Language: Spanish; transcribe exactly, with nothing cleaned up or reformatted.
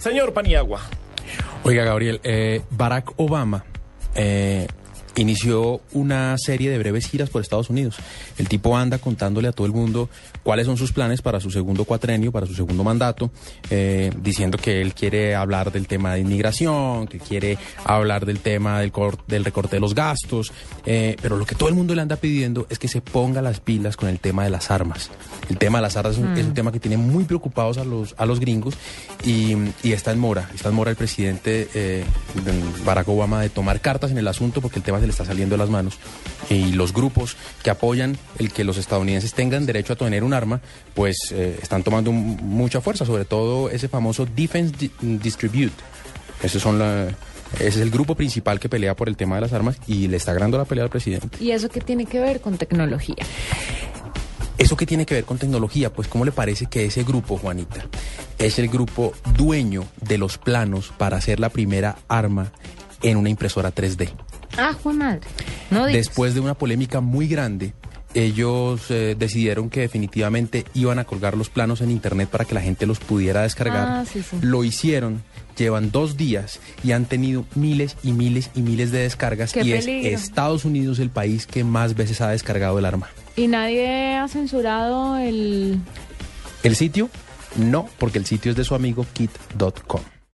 Señor Paniagua. Oiga, Gabriel, eh, Barack Obama eh, inició una serie de breves giras por Estados Unidos. El tipo anda contándole a todo el mundo cuáles son sus planes para su segundo cuatrenio, para su segundo mandato, eh, diciendo que él quiere hablar del tema de inmigración, que quiere hablar del tema del, cor del recorte de los gastos, eh, pero lo que todo el mundo le anda pidiendo es que se ponga las pilas con el tema de las armas. El tema de las armas mm. es, un, es un tema que tiene muy preocupados a los, a los gringos y, y está en mora, está en mora el presidente eh, Barack Obama de tomar cartas en el asunto porque el tema se le está saliendo de las manos y los grupos que apoyan el que los estadounidenses tengan derecho a tener un arma, pues eh, están tomando un, mucha fuerza, sobre todo ese famoso Defense Distribute. Esos son la, ese es el grupo principal que pelea por el tema de las armas y le está ganando la pelea al presidente. ¿Y eso qué tiene que ver con tecnología? ¿Eso qué tiene que ver con tecnología? Pues ¿cómo le parece que ese grupo, Juanita, es el grupo dueño de los planos para hacer la primera arma en una impresora tres D? Ah, Juan madre. No digas. Después de una polémica muy grande, ellos eh, decidieron que definitivamente iban a colgar los planos en internet para que la gente los pudiera descargar. Ah, sí, sí. Lo hicieron, llevan dos días y han tenido miles y miles y miles de descargas. ¡Qué y peligro! Es Estados Unidos el país que más veces ha descargado el arma. ¿Y nadie ha censurado el...? ¿El sitio? No, porque el sitio es de su amigo kit punto com.